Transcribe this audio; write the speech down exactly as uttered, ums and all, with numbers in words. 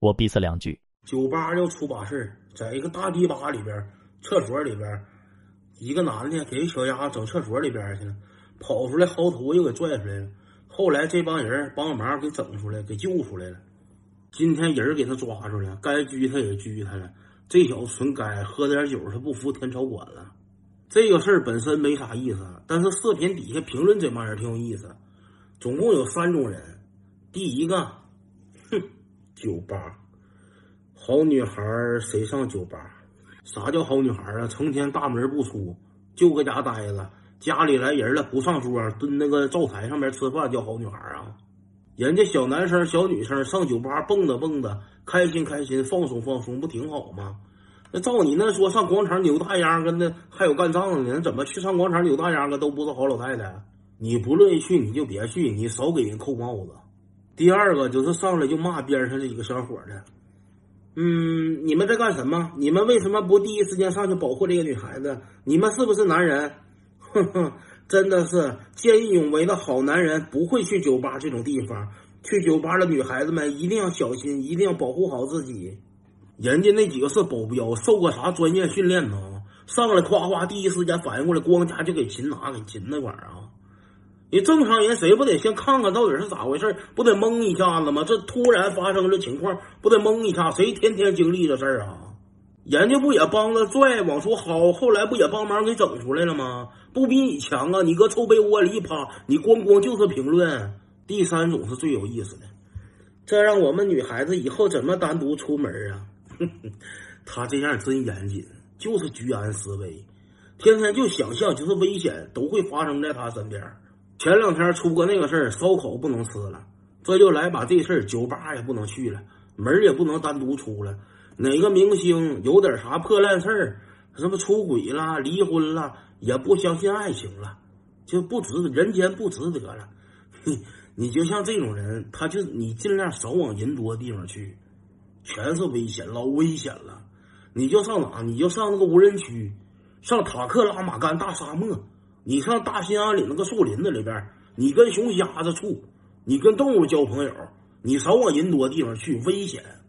我逼死两句。 酒吧要出把事，在一个大迪吧里边，厕所里边，一个男的给小丫整厕所里边去了，跑出来薅头又给拽出来了。后来这帮人帮忙给整出来，给救出来了。今天人给他抓住了，该拘他也拘他了。这小子纯该喝点酒，他不服天朝管了。这个事儿本身没啥意思，但是视频底下评论这帮人挺有意思。总共有三种人。第一个，哼，酒吧，好女孩谁上酒吧？啥叫好女孩啊？成天大门不出，就搁家待着，家里来人了不上桌，蹲那个灶台上面吃饭叫好女孩啊？人家小男生小女生上酒吧蹦跶蹦跶，开心开心，放松放松，不挺好吗？那照你那说，上广场扭大秧跟那还有干仗呢，那怎么去上广场扭大秧个都不是好老太太？你不乐意去你就别去，你少给人扣帽子。第二个就是上来就骂边上这几个小伙的，嗯，你们在干什么？你们为什么不第一时间上去保护这个女孩子？你们是不是男人？哼哼，真的是见义勇为的好男人不会去酒吧这种地方。去酒吧的女孩子们一定要小心，一定要保护好自己。人家那几个是保镖，受过啥专业训练呢？上来夸夸第一时间反应过来，光家就给擒拿，给擒那块儿啊！你正常人谁不得先看看到底是咋回事，不得懵一下子吗？这突然发生这情况，不得懵一下？谁天天经历这事儿啊？人家不也帮着拽往出薅，后来不也帮忙给整出来了吗？不比你强啊！你搁臭被窝里一趴，你光光就是评论。第三种是最有意思的，这让我们女孩子以后怎么单独出门啊？他这样真严谨，就是居安思危，天天就想象就是危险都会发生在他身边。前两天出过那个事儿，烧烤不能吃了，这就来把这事儿，酒吧也不能去了，门也不能单独出了。哪个明星有点啥破烂事儿，什么出轨啦、离婚啦，也不相信爱情了，就不值人间不值得了。你就像这种人，他就你尽量少往人多地方去，全是危险，老危险了。你就上哪？你就上那个无人区，上塔克拉玛干大沙漠，你上大兴安岭那个树林子里边，你跟熊瞎子处，你跟动物交朋友，你少往人多地方去，危险。